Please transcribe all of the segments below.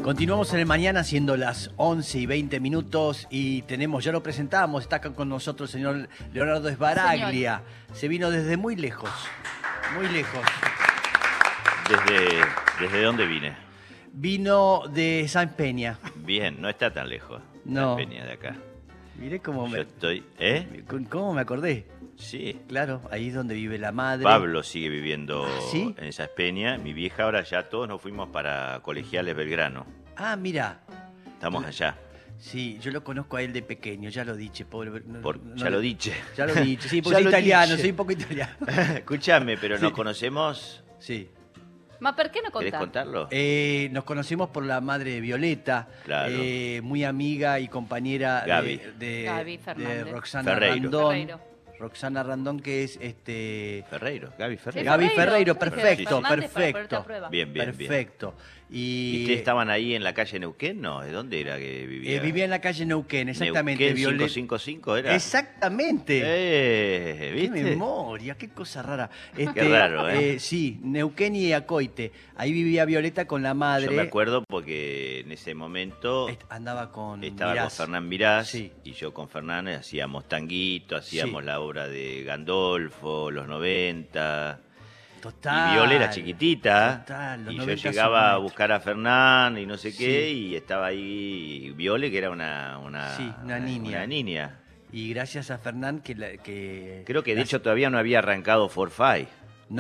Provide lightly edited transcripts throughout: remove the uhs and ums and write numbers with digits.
Continuamos en el mañana siendo las 11:20 y tenemos, ya lo presentamos, está acá con nosotros el señor Leonardo Sbaraglia. Se vino desde muy lejos, muy lejos. ¿Desde dónde vine? Vino de San Peña. Bien, no está tan lejos. No. San Peña de acá. Miré cómo Yo estoy... ¿Eh? ¿Cómo me acordé? Sí. Claro, ahí es donde vive la madre. Pablo sigue viviendo ¿Sí? en San Peña. Mi vieja, ahora ya todos nos fuimos para Colegiales Belgrano. Ah, mira. Estamos allá. Sí, yo lo conozco a él de pequeño, ya lo dije, pobre. Ya lo dije. Ya lo dije, sí, porque soy italiano, soy un poco italiano. Escúchame, pero Sí. nos conocemos... Sí. Ma perché no ¿Querés contar? contarlo? Nos conocimos por la madre de Violeta, Claro. Muy amiga y compañera Gaby. de Gaby Fernández. Roxana Ferreiro. Randón. Ferreiro. Roxana Randón, que es Ferreiro, Gaby Ferreiro. Gaby Ferreiro, Jorge perfecto, Fernández para perfecto. ponerte a prueba. Bien, bien, bien. Perfecto. ¿Y ustedes estaban ahí en la calle Neuquén? No, ¿de dónde era que vivía? Vivía en la calle Neuquén, exactamente. Neuquén Violeta. 555 era. Exactamente. ¿Viste? Qué memoria, qué cosa rara. Qué raro, ¿eh? Sí, Neuquén y Acoite. Ahí vivía Violeta con la madre. Yo me acuerdo porque en ese momento Andaba con estaba Mirás. con Fernán Mirás, Sí. y yo con Fernán hacíamos tanguito, hacíamos Sí. la obra de Gandolfo, los 90. Total. Y Viole era chiquitita. Total, los Y yo 90 son llegaba a nuestros. buscar a Fernán y no sé qué, Sí. y estaba ahí Viole, que era una niña. Una niña. Y gracias a Fernán que Creo que de hecho todavía no había arrancado Forfait.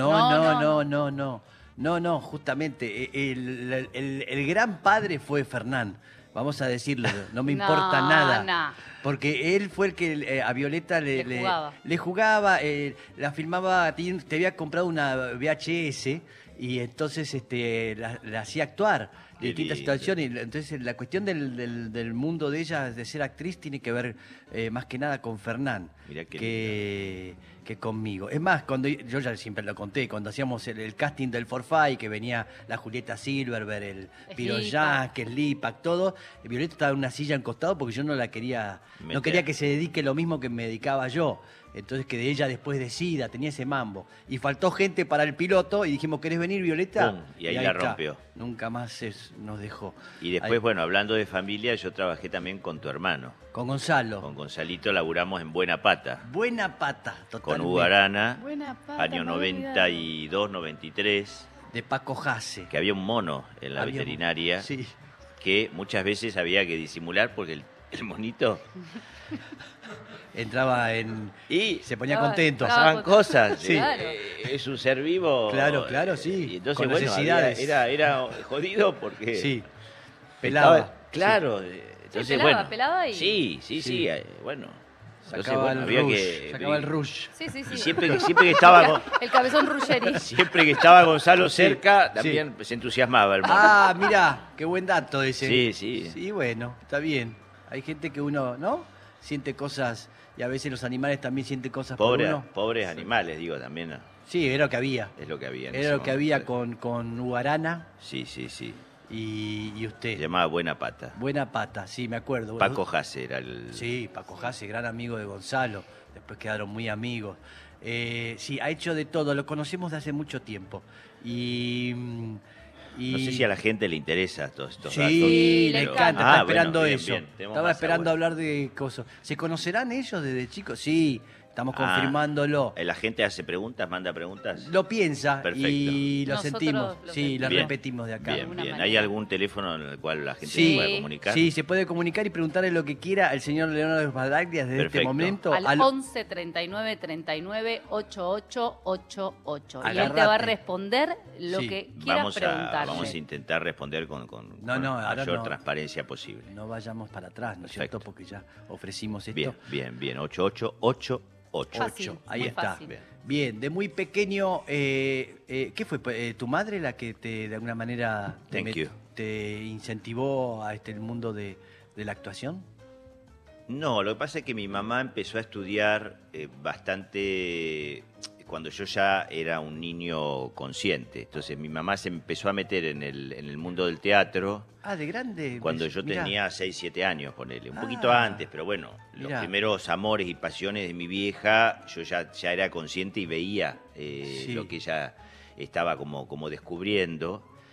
No, justamente. El gran padre fue Fernán. Vamos a decirlo, no me importa nada. No. Porque él fue el que a Violeta le jugaba. la filmaba, te había comprado una VHS y entonces la hacía actuar de Qué distintas lindo. situaciones. Entonces la cuestión del mundo de ella, de ser actriz, tiene que ver más que nada con Fernán Mirá qué que conmigo. Es más, cuando yo ya siempre lo conté, cuando hacíamos el casting del Forfait, que venía la Julieta Silverberg, el Piro Slipak. Jack, el Lipak, todo, Violeta estaba en una silla en costado porque yo no la quería, no Meter. quería que se dedique lo mismo que me dedicaba yo. Entonces que de ella después decida, tenía ese mambo. Y faltó gente para el piloto y dijimos, ¿querés venir, Violeta? Pum, y ahí la está. rompió. Nunca más nos dejó. Y después, Ahí- bueno, hablando de familia, yo trabajé también con tu hermano. Con Gonzalo. Con Gonzalito laburamos en Buena Pata. Buena pata, Con totalmente. Hugo Arana, Buena pata, año me había 92, 93, De Paco Jase. que había un mono en la Había- veterinaria Sí. que muchas veces había que disimular porque el monito... Entraba en... Y Se ponía Estaba- contento. estaba- pasaban cosas. Sí. Claro. Es un ser vivo. Claro, sí. Y entonces, Con bueno, necesidades. era jodido porque... Sí. Pelaba. Pelaba. Claro. Entonces, pelaba, bueno. pelaba y- Sí, Sí. bueno. Entonces, Sacaba bueno, el había rush. que... Sacaba el rush. Sí, sí, sí. Y siempre que estaba... El cabezón Ruggeri. Siempre que estaba Gonzalo cerca, también se entusiasmaba el mono. Ah, mira, qué buen dato ese. Sí, sí. Sí, bueno, está bien. Hay gente que uno, ¿no? Siente cosas y a veces los animales también sienten cosas por uno. Pobres animales, digo, también. ¿No? Sí, era lo que había. Es lo que había en Era ese lo que había momento. con Ugarana Sí. y Se usted. llamaba Buena Pata. Buena pata, sí, me acuerdo. Paco Jase era el... Sí, Paco Jase, gran amigo de Gonzalo. Después quedaron muy amigos. Sí, ha hecho de todo. Lo conocemos de hace mucho tiempo. Y No sé si a la gente le interesa todos estos datos. Sí, le pero- encanta, Ah, está bueno, esperando bien, eso. bien, tenemos Estaba más esperando agua. hablar de cosas. ¿Se conocerán ellos desde chicos? Sí, estamos confirmándolo. La gente hace preguntas, manda preguntas. Lo piensa Perfecto. y lo Nosotros sentimos. lo Sí, lo Bien. repetimos de acá. Bien, alguna bien. ¿Hay manera. algún teléfono en el cual la gente Sí. se pueda comunicar? Sí, se puede comunicar y preguntarle lo que quiera al señor Leonardo Sbaraglia desde este Perfecto. momento. Al 11 39 39 88 88. Y él te Agárrate. va a responder lo Sí. que quieras preguntarle. Vamos a intentar responder con No, ahora mayor no. transparencia posible. No vayamos para atrás, ¿no es cierto? Perfecto. Porque ya ofrecimos esto. Bien. 8888. Fácil. Ahí muy está. fácil. Bien, de muy pequeño, ¿qué fue? ¿Tu madre la que de alguna manera Thank you. te incentivó a el mundo de la actuación? No, lo que pasa es que mi mamá empezó a estudiar bastante cuando yo ya era un niño consciente. Entonces mi mamá se empezó a meter en el mundo del teatro Ah, de grande. cuando yo mirá. tenía 6, 7 años, ponele. Un Ah. poquito antes, pero bueno, los Mirá. primeros amores y pasiones de mi vieja, yo ya era consciente y veía Sí. lo que ella estaba como descubriendo.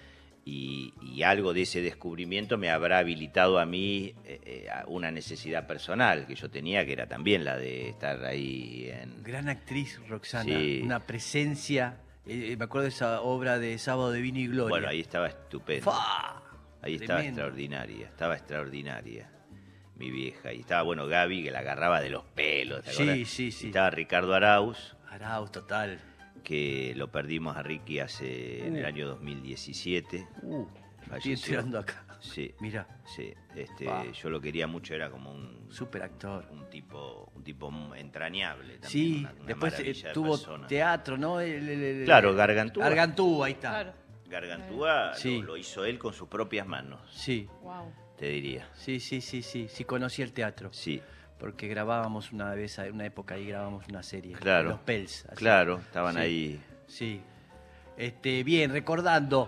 y algo de ese descubrimiento me habrá habilitado a mí a una necesidad personal que yo tenía, que era también la de estar ahí en... Gran actriz, Roxana. Sí. Una presencia. Me acuerdo de esa obra de Sábado de Vino y Gloria. Bueno, ahí estaba estupendo. ¡Fa! Ahí estaba Tremendo. extraordinaria, mi vieja. Y estaba, bueno, Gaby, que la agarraba de los pelos, ¿te Sí, acordás? sí, sí. Y estaba Ricardo Arauz, Arauz, total. que lo perdimos a Ricky en el año 2017. Estoy Falleció. enterando acá. Sí, Mira, sí. Pa. Yo lo quería mucho, era como un súper actor. tipo entrañable también. Sí, una después maravilla de tuvo persona. teatro, ¿no? Claro, Gargantúa. Gargantúa, ahí está. Claro. Gargantúa Sí. lo hizo él con sus propias manos, Sí, Wow. te diría. sí, sí, sí, sí. Sí, conocí el teatro. Sí, Porque grabábamos una vez, en una época ahí grabamos una serie. Claro. Los Pels. así. claro, estaban Sí. ahí. Sí. Bien, recordando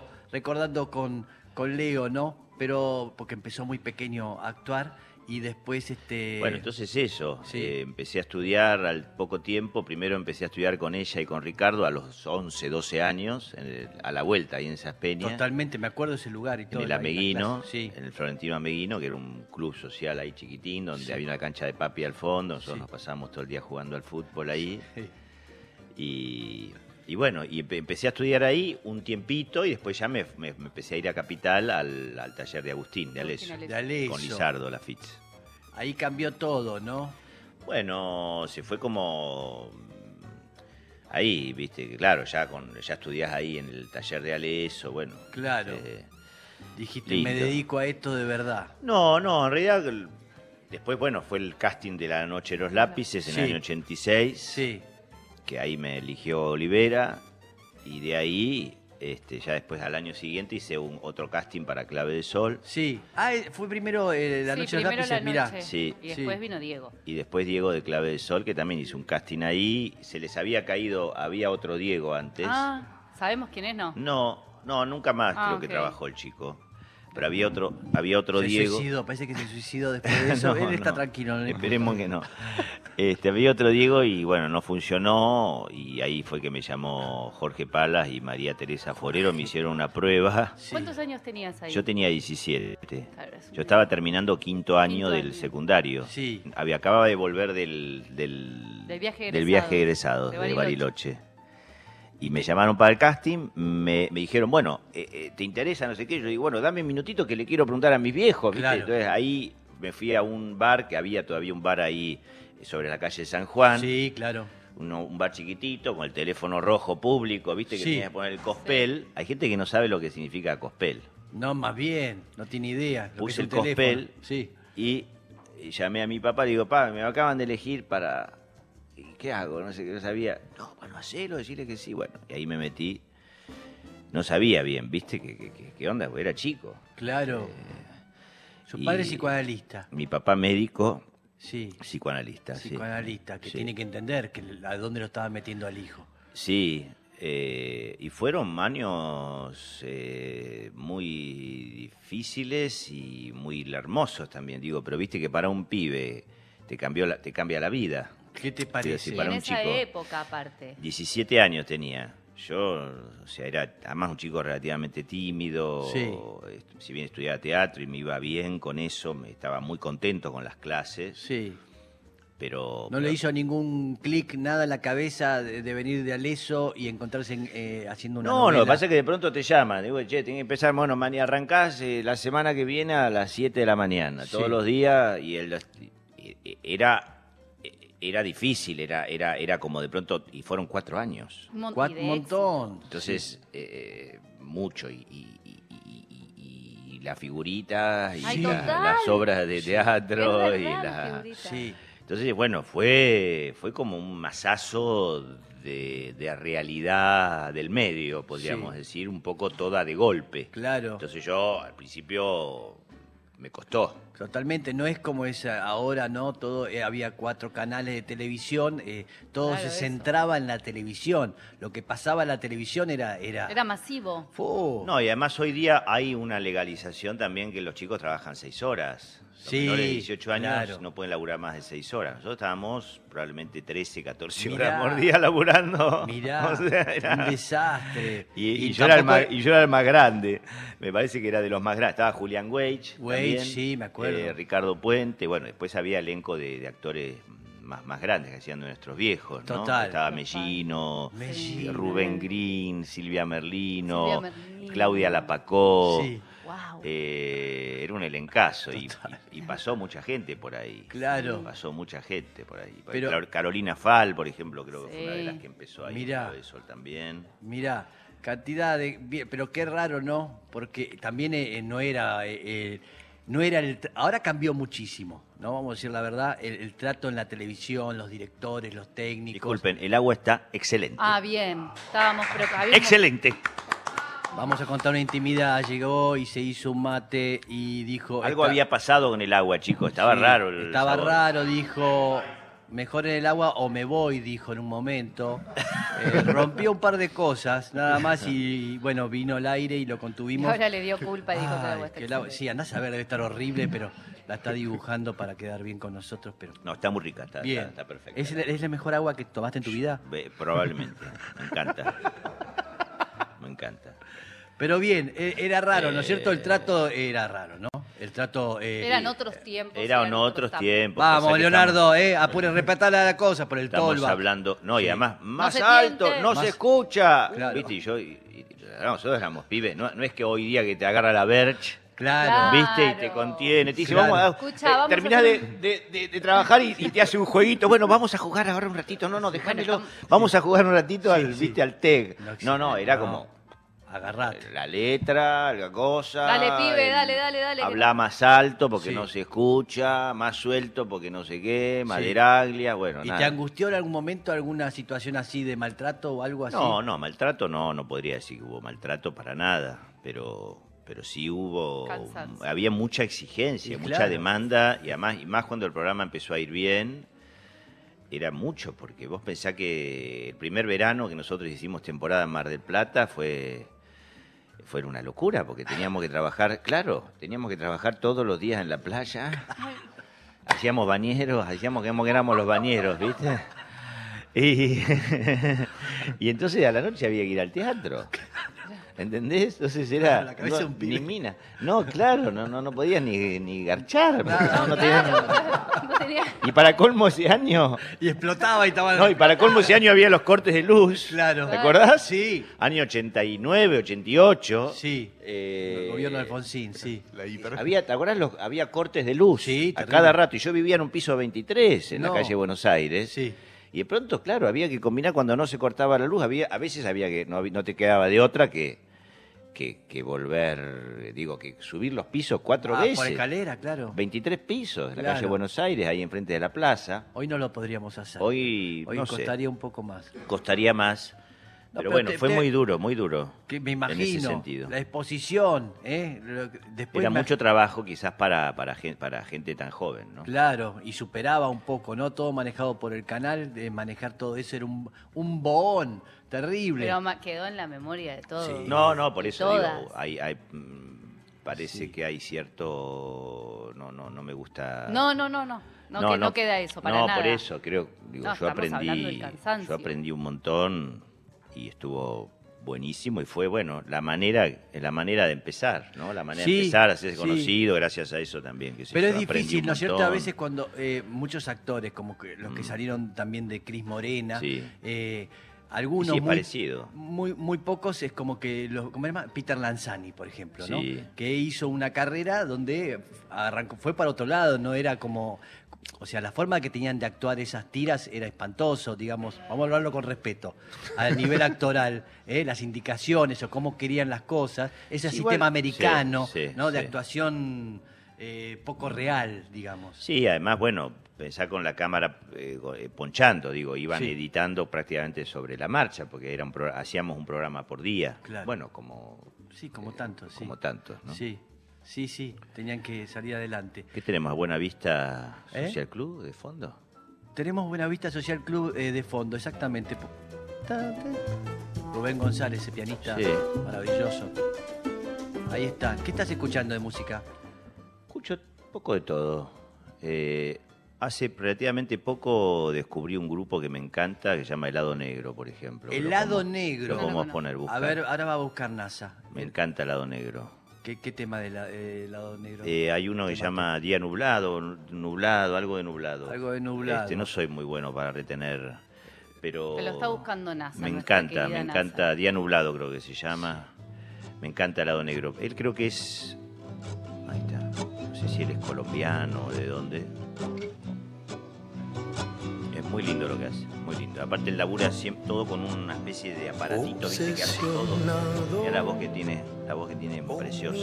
con Leo, ¿no? Pero porque empezó muy pequeño a actuar y después Bueno, entonces eso, Sí. empecé a estudiar al poco tiempo, primero empecé a estudiar con ella y con Ricardo a los 11, 12 años, a la vuelta ahí en esas peñas, totalmente, me acuerdo de ese lugar y en todo. el ahí, la Ameguino, clase. Sí. en el Florentino Ameguino, que era un club social ahí chiquitín, donde Sí. había una cancha de papi al fondo, nosotros Sí. nos pasábamos todo el día jugando al fútbol ahí, Sí. y bueno, empecé a estudiar ahí un tiempito y después ya me empecé a ir a Capital al taller de Agustín, de Aleso, Agustín De Aleso. con Lizardo Lafitz. Ahí cambió todo, ¿no? Bueno, se fue como ahí, viste, que claro, ya estudiás ahí en el taller de Aleso, bueno. Claro. Dijiste, lindo. me dedico a esto de verdad. No, en realidad después, bueno, fue el casting de La Noche de los Lápices en Sí. el año 86, Sí. que ahí me eligió Olivera, y de ahí, ya después al año siguiente hice otro casting para Clave de Sol, Sí. Fue primero la Sí, noche de los primero lápices, la mirá. noche. Sí. Y después Sí. vino Diego. y después Diego de Clave de Sol, que también hizo un casting ahí, se les había caído, había otro Diego antes. Ah, ¿sabemos quién es? No. No, nunca más Ah, creo que ok. trabajó el chico. Pero había otro Se Diego. suicidó, parece que se suicidó después de eso. No, Él está no. tranquilo. No le Esperemos importa. que no. Había otro Diego y bueno, no funcionó. Y ahí fue que me llamó Jorge Palas y María Teresa Forero. Me hicieron una prueba. Sí. ¿Cuántos años tenías ahí? Yo tenía 17. Claro, es un Yo estaba terminando quinto año del año. secundario. Sí. Acababa de volver del viaje viaje egresado de Bariloche. Y me llamaron para el casting, me dijeron, bueno, ¿te interesa no sé qué? Yo digo, bueno, dame un minutito que le quiero preguntar a mis viejos, ¿viste? Claro. Entonces ahí me fui a un bar, que había todavía un bar ahí sobre la calle San Juan, Sí, claro. un bar chiquitito con el teléfono rojo público, ¿viste? Que Sí. tenías que poner el cospel. Hay gente que no sabe lo que significa cospel. No, más bien, no tiene idea. Lo que Puse es un el cospel. teléfono. Sí. Y llamé a mi papá, le digo, papá, me acaban de elegir para... ¿Qué hago? No sé, no sabía. No, bueno, hacelo, decirle que sí. Bueno, y ahí me metí. No sabía bien, ¿viste? ¿Qué onda? Porque era chico. Claro. Su y- padre es psicoanalista. Mi papá médico, Sí. psicoanalista. sí. Psicoanalista, que Sí. tiene que entender a dónde lo estaba metiendo al hijo. Sí, y fueron años muy difíciles y muy hermosos también, digo, pero viste que para un pibe te cambia la vida. ¿Qué te Quiero parece? decir, Y para en un esa chico. época, aparte. 17 años tenía. Yo, o sea, era además un chico relativamente tímido. Sí. Si bien estudiaba teatro y me iba bien con eso, estaba muy contento con las clases, Sí. pero... ¿No le hizo ningún clic, nada en la cabeza de venir de Aleso y encontrarse haciendo una No, novela? lo que pasa es que de pronto te llaman. Digo, che, tenés que empezar, bueno, arrancás la semana que viene a las 7 de la mañana, Sí. todos los días, y era difícil, era como de pronto, y fueron 4 años. Un Un montón. Entonces, mucho, y las figuritas, y Ay, las total. obras de teatro, Es y verdad, las... figurita. Sí. Entonces, bueno, fue como un masazo de realidad del medio, podríamos Sí. decir, un poco toda de golpe. Claro. Entonces yo al principio me costó. Totalmente, no es como es ahora, ¿no? Todo había 4 canales de televisión, todo Claro, se eso. centraba en la televisión. Lo que pasaba en la televisión era Era masivo. ¡Fu! No, y además hoy día hay una legalización también que los chicos trabajan 6 horas. Los Sí, menores de 18 años claro. no pueden laburar más de 6 horas. Nosotros estábamos probablemente 13, 14 Mirá. horas por día laburando. Mirá, O sea, era- un desastre. Y yo era el más grande. Me parece que era de los más grandes. Estaba Julián Weich. Weich, también, sí, me acuerdo. Ricardo Puente. Bueno, después había elenco de actores más grandes que hacían de nuestros viejos, ¿no? Total. Estaba Total. Mellino, Mellino. Rubén Green, Silvia Merlino, Silvia Merlino. Claudia Lapacó. Sí, Wow. Era un elencazo Total. y pasó mucha gente por ahí. Claro. Pasó mucha gente por ahí. Pero- Carolina Fall, por ejemplo, creo que fue una de Sí. las que empezó ahí. Mirá. Claro, eso también. mirá, cantidad de... Pero qué raro, ¿no? Porque también no era... no era ahora cambió muchísimo, ¿no? Vamos a decir la verdad, el trato en la televisión, los directores, los técnicos. Disculpen, el agua está excelente. Ah, bien. Estábamos, pero habíamos- Excelente. Vamos a contar una intimidad. Llegó y se hizo un mate y dijo... Algo había pasado con el agua, chicos. Estaba Sí, raro el Estaba sabor. raro, dijo, mejor en el agua o me voy, dijo en un momento. Rompió un par de cosas, nada más, y bueno, vino el aire y lo Y contuvimos. ahora le dio culpa y dijo que el Ay, agua está que el agua- excelente. sí, andás a ver, debe estar horrible, pero la está dibujando para quedar bien con nosotros, pero... No, está muy rica, está, Bien, está perfecta. ¿Es la mejor agua que tomaste en tu vida? Probablemente. Me encanta. Me encanta. Pero bien, era raro, ¿no es cierto? El trato era raro, ¿no? El trato... Eran otros tiempos. Eran otros tiempos. Vamos, Pasa que Leonardo, apure, respetá la cosa por el Estamos tolva. hablando, no, y Sí. además más se alto, siente. no Más- se escucha. Claro. ¿Viste? Y nosotros éramos pibes, no es que hoy día que te agarra la Berch, Claro. ¿viste? Y te Claro. contiene, te dice, Claro. vamos a, Escucha, vamos a terminás hacer de trabajar y te hace un jueguito. Bueno, vamos a jugar ahora un ratito. No, déjamelo. Bueno, Vamos a jugar un ratito Sí, al, sí. ¿viste? Al TEG. No, No, era no. como Agarrate. la letra, la cosa. Dale, pibe, el- dale. Habla más alto porque Sí. no se escucha, más suelto porque no sé qué, maderaglia, bueno, ¿Y nada. te angustió en algún momento alguna situación así de maltrato o algo así? No, maltrato no podría decir que hubo maltrato para nada, pero sí hubo, Cansancio. había mucha exigencia, Y mucha claro. demanda y además, y más cuando el programa empezó a ir bien, era mucho, porque vos pensás que el primer verano que nosotros hicimos temporada en Mar del Plata fue una locura, porque teníamos que trabajar, teníamos que trabajar todos los días en la playa, hacíamos bañeros, hacíamos que éramos los bañeros, ¿viste? Y, y entonces a la noche había que ir al teatro. ¿Entendés? Entonces Claro, era la cabeza de un pibe. ni mina. No, claro, no podías ni garchar. porque no tenías- No tenía... Y para colmo ese año, Y explotaba y estaba... no, y para colmo ese año había los cortes de luz. Claro. ¿Te acordás? Sí, Año 89, 88. sí. El gobierno de Alfonsín, sí. ¿Te acordás? Había cortes de luz Sí, a terrible. cada rato. Y yo vivía en un piso 23 en No. la calle Buenos Aires. Sí. Y de pronto, claro, había que combinar cuando no se cortaba la luz. A veces había que no te quedaba de otra que volver, que subir los pisos 4 Por veces. escalera, claro. 23 pisos en la Claro. calle Buenos Aires, ahí enfrente de la plaza. Hoy no lo podríamos hacer. Hoy, no sé, costaría un poco más. costaría más. No, pero pero bueno, fue muy duro, muy duro. Que me en ese imagino. sentido. La exposición, después Era me- mucho trabajo quizás para gente tan joven, ¿no? Claro, y superaba un poco, ¿no? Todo manejado por el canal, de manejar todo eso era un bohón terrible. Pero quedó en la memoria de todos. Sí. No, por De eso todas. digo, parece Sí. que hay cierto, no me gusta. No, que no queda eso, para nada. por eso creo, No, yo estamos hablando del cansancio. yo aprendí un montón y estuvo buenísimo y fue la manera de empezar, ¿no? La manera Sí, de empezar, hacerse sí. conocido, gracias a eso también. qué sé Pero yo, es aprendí difícil, un ¿no es cierto? A montón. veces cuando muchos actores, como que los que salieron también de Cris Morena, Sí. algunos Sí, es muy, parecido. muy pocos es como que ¿cómo se llama? Peter Lanzani, por ejemplo, ¿no? Sí. Que hizo una carrera donde fue para otro lado, no era como, o sea, la forma que tenían de actuar esas tiras era espantoso, digamos, vamos a hablarlo con respeto, al nivel actoral, las indicaciones o cómo querían las cosas, ese Sí, sistema igual- americano, sí, ¿no? De sí. actuación poco real, digamos. Sí, además, pensar con la cámara ponchando, iban Sí. editando prácticamente sobre la marcha, porque hacíamos un programa por día. Claro. Bueno, como Sí, como tanto, sí. como tantos, ¿no? Sí, tenían que salir adelante. ¿Qué tenemos? ¿Buena Vista ¿Eh? Social Club de fondo? Tenemos Buena Vista Social Club de fondo, exactamente. Rubén González, ese pianista Sí. maravilloso. Ahí está. ¿Qué estás escuchando de música? Escucho Un poco de todo. Hace relativamente poco descubrí un grupo que me encanta, que se llama Helado Negro, por ejemplo. Helado Negro. Lo podemos poner, buscar. A ver, ahora va a buscar NASA. Me encanta Helado Negro. ¿Qué tema de Helado Negro? Hay uno que se llama Día Nublado, algo de nublado. Algo de nublado. No soy muy bueno para retener, pero... Te lo está buscando NASA. Me nuestra encanta, querida me NASA. encanta. Día Nublado creo que se llama. Me encanta Helado Negro. Él creo que es... Ahí está. No sé si él es colombiano o de dónde. Es muy lindo lo que hace, muy lindo. Aparte él labura siempre todo con una especie de aparatito, ¿viste? Que hace todo. Mira la voz que tiene preciosa.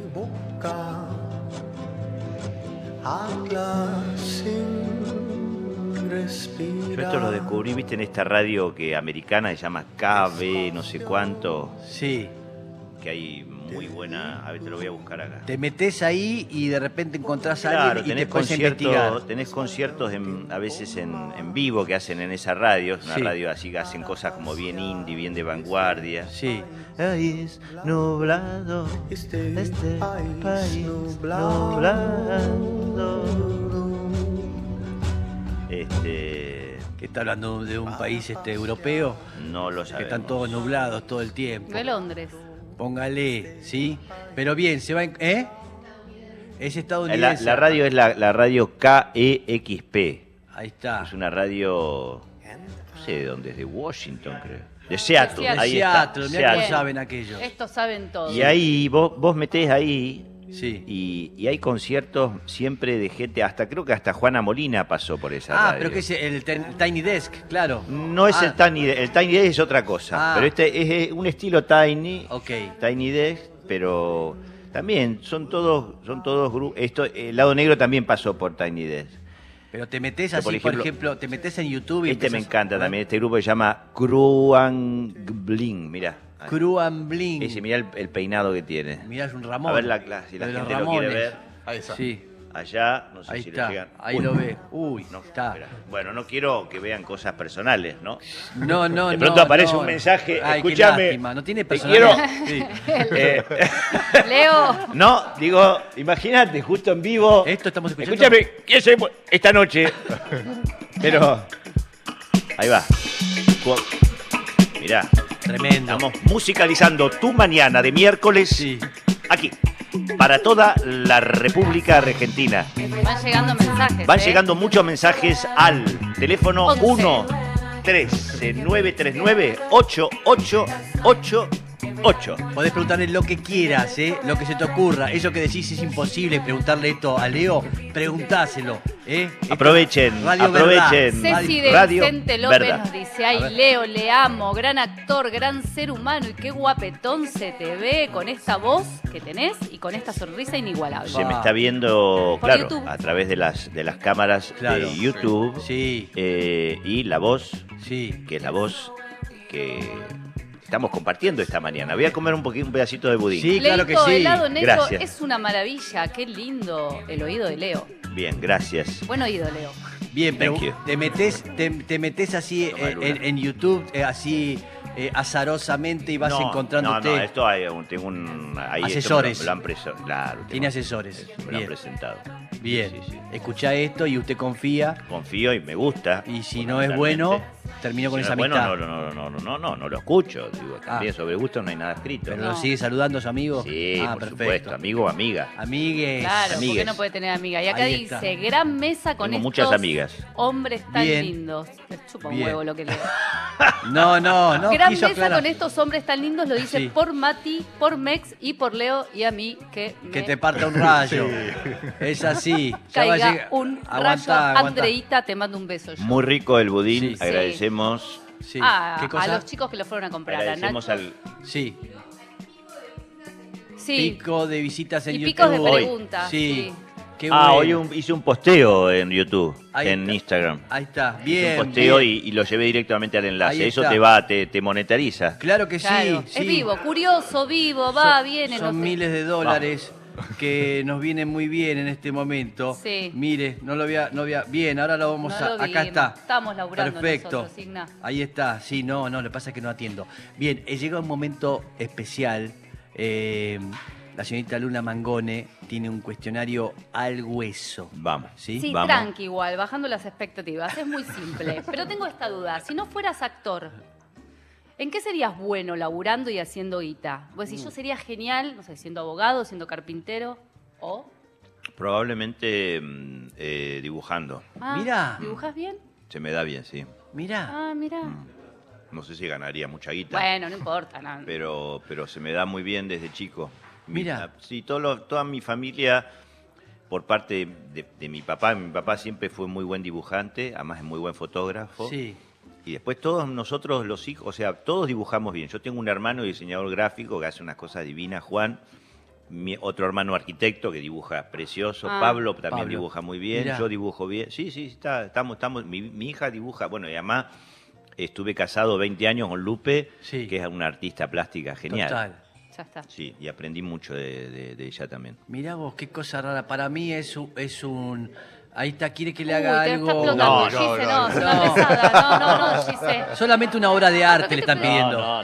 Yo esto lo descubrí, viste, en esta radio que americana se llama KB, no sé cuánto, Sí. que hay muy buena. A ver, te lo voy a buscar acá. Te metes ahí y de repente encontrás a Claro, alguien y te tenés puedes investigar. conciertos a veces en vivo que hacen en esa radio, una Sí. radio así que hacen cosas como bien indie, bien de vanguardia. Sí. País nublado, este país nublado. Que está hablando de un país europeo, No lo que sabemos. están todos nublados todo el tiempo. De Londres. Póngale, ¿sí? Pero bien, se va en... ¿Eh? Es La estadounidense. radio es la radio KEXP. Ahí está. Es una radio, no sé de dónde, es de Washington, creo. De Seattle, Seattle. ahí Seattle, está. mirá cómo Seattle. saben aquellos. Estos saben todo. Y ahí vos metés ahí Sí. y hay conciertos siempre de gente, creo que hasta Juana Molina pasó por esa radio. Pero que es el Tiny Desk, claro. No es el Tiny Desk es otra cosa, Ah. pero este es un estilo Tiny, Ok. Tiny Desk, pero también son todos grupos. El Lado Negro también pasó por Tiny Desk. Pero te metes Pero, así, por por ejemplo, ejemplo, te metes en YouTube y Este me empezás encanta a ver también, este grupo que se llama Cruanglin, mirá. Crew and Bling. Ese, mirá el peinado que tiene. Mirá, es un Ramón. A ver si la De los gente lo quiere Ramones. ver. Ahí está. Sí, Allá, no sé ahí si está. le llegan. Ahí Uy, lo ve. Uy, no, está. espera. Bueno, no quiero que vean cosas personales, ¿no? No, no, De no. pronto aparece no. un mensaje, Ay, escúchame, qué lástima. No tiene te personalidad. Sí. Leo. No, digo, imagínate, justo en vivo. Esto estamos escuchando. Escúchame, ¿qué hacemos esta noche? Pero, ahí va. Mirá, Tremendo. estamos musicalizando tu mañana de miércoles Sí. aquí, para toda la República Argentina. Van llegando mensajes. Van llegando muchos mensajes al teléfono 11. 1-13-939-8888. Podés preguntarle lo que quieras, lo que se te ocurra. Eso que decís es imposible preguntarle esto a Leo, preguntáselo. Aprovechen, Radio aprovechen. Verdad. Ceci de Radio Vicente López Verdad. nos dice, A ay ver. Leo, le amo, gran actor, gran ser humano y qué guapetón se te ve con esta voz que tenés y con esta sonrisa inigualable. Se me está viendo, Por claro, YouTube. a través de las cámaras Claro. de YouTube. Sí, Y la voz, sí. que es la voz que estamos compartiendo esta mañana. Voy a comer un pedacito de budín. Sí, claro que Leito, sí. helado negro Gracias. es una maravilla, qué lindo el oído de Leo. Bien, gracias. Buen oído, Leo. Bien, pero Thank you. te metes así Toma, Luna. en YouTube, así azarosamente y vas encontrándote. No, esto hay tengo ahí Asesores. esto me lo han claro. Tiene asesores. Me lo han Bien. presentado. Bien, Sí, sí. escucha esto y usted confía. Confío y me gusta. Y si no es bueno, termino con Si esa no es amistad. bueno, no lo escucho. Digo, también sobre gusto no hay nada escrito. Pero No. lo sigue saludando a su amigo. Sí, por perfecto. supuesto, amigo o amiga. Amigues. Claro, porque amigues. no puede tener amiga. Y acá Ahí dice, está. gran mesa con Tengo estos muchas amigas. hombres tan Bien. lindos. Me chupa un Bien. huevo lo que leo. No, no Gran quiso mesa aclarar. con estos hombres tan lindos lo dice Sí. por Mati, por Mex y por Leo y a mí que Que me te parta un rayo. Es así. Ya va a caiga llegar. un Aguantá, rayo. aguantá. Andreita, te mando un beso yo. Muy rico el budín, Sí. agradecemos. Sí. Ah, ¿Qué a cosa? los chicos que lo fueron a comprar. A Agradecemos Nacho. Sí. Sí. Pico de visitas en Y YouTube. picos de Hoy. preguntas. Sí. Qué Hoy bueno. hice un posteo en YouTube, Ahí en está. Instagram. Ahí está. Hice Bien. un posteo bien. y lo llevé directamente al enlace. Ahí Eso está. te monetariza. Claro que Claro. sí. Es sí. vivo, curioso, vivo, va, viene. Son no sé. miles de dólares que nos vienen muy bien en este momento. Sí. Mire, no lo había. Bien, ahora lo vamos No a. lo Acá vimos. está. Estamos laburando Perfecto. nosotros, Igna. Ahí está. Sí, no, lo que pasa es que no atiendo. Bien, llega un momento especial. la señorita Luna Mangone tiene un cuestionario al hueso. Vamos. ¿Sí? Sí, Vamos. tranqui igual, bajando las expectativas. Es muy simple. Pero tengo esta duda. Si no fueras actor, ¿en qué serías bueno laburando y haciendo guita? Pues si yo sería genial, no sé, siendo abogado, siendo carpintero o... Probablemente dibujando. Ah, Mirá. ¿dibujás bien? Se me da bien, sí. Mirá. Ah, mira. No sé si ganaría mucha guita. Bueno, no importa. No. Pero se me da muy bien desde chico. Mira. Sí, toda mi familia, por parte de mi papá siempre fue muy buen dibujante, además es muy buen fotógrafo. Sí. Y después todos nosotros, los hijos, o sea, todos dibujamos bien. Yo tengo un hermano diseñador gráfico que hace unas cosas divinas, Juan. Mi otro hermano arquitecto que dibuja precioso. Ah. Pablo también Pablo. dibuja muy bien. Mirá. Yo dibujo bien. Sí, estamos. Mi hija dibuja, bueno, y además estuve casado 20 años con Lupe, Sí. que es una artista plástica genial. Total. Ya está. Sí, y aprendí mucho de ella también. Mirá vos, qué cosa rara. Para mí es un... Ahí está, quiere que le Uy, haga te algo... está explotando, No, Gise, no, es una pesada. No, Gise. Solamente una obra de arte ¿Qué le te están pasa?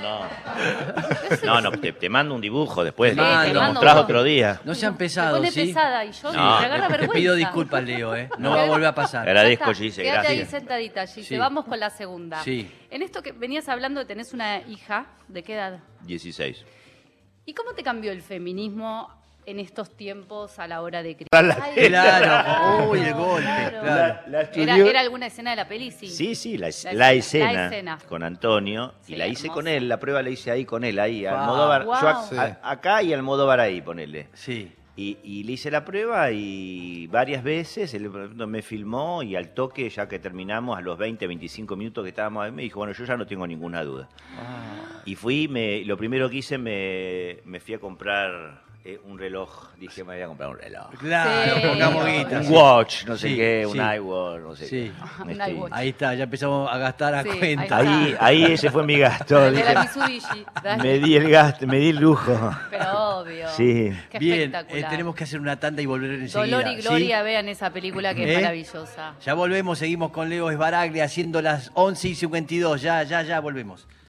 pidiendo. No, te mando un dibujo después. Sí, me te lo mando mostrás dos. otro día. No sean Me pesados, pone ¿sí? pesada y yo No, me agarra Te vergüenza. pido disculpas, Leo, ¿eh? No va a volver a pasar. Agradezco, Ya está, Gise, quédate ahí gracias. sentadita, Gise. Sí. Vamos con la segunda. Sí. En esto que venías hablando, tenés una hija, ¿de qué edad? 16. ¿Y cómo te cambió el feminismo en estos tiempos a la hora de criar? Ay, Claro. Uy, el golpe, claro. ¿Era alguna escena de la peli? Sí, la La escena escena. con Antonio. Sí, y la hice hermosa. con él, la prueba la hice ahí con él, ahí, Wow. Almodóvar. Wow. Yo Sí. acá y Almodóvar ahí, ponele. Sí. Y le hice la prueba y varias veces él me filmó y al toque, ya que terminamos, a los 20, 25 minutos que estábamos ahí, me dijo, bueno, yo ya no tengo ninguna duda. Ah. Y lo primero que hice, me fui a comprar un reloj. Dije, me voy a comprar un reloj. Claro, Sí. pongamos guita. Un sí. watch, no sé Sí, qué, sí. un iWatch, no sé Sí. qué. Un Este, iWatch. Ahí está, ya empezamos a gastar a Sí, cuenta. ahí ahí ese fue mi gasto. De Dije, la Mitsubishi. Dale. me di el gasto, me di el lujo. Pero obvio. Sí. Qué Bien, espectacular. tenemos que hacer una tanda y volver enseguida. Dolor y ¿sí? Gloria, vean esa película que es ¿Eh? maravillosa. Ya volvemos, seguimos con Leo Esbaraglia haciendo las 11:52. Ya volvemos.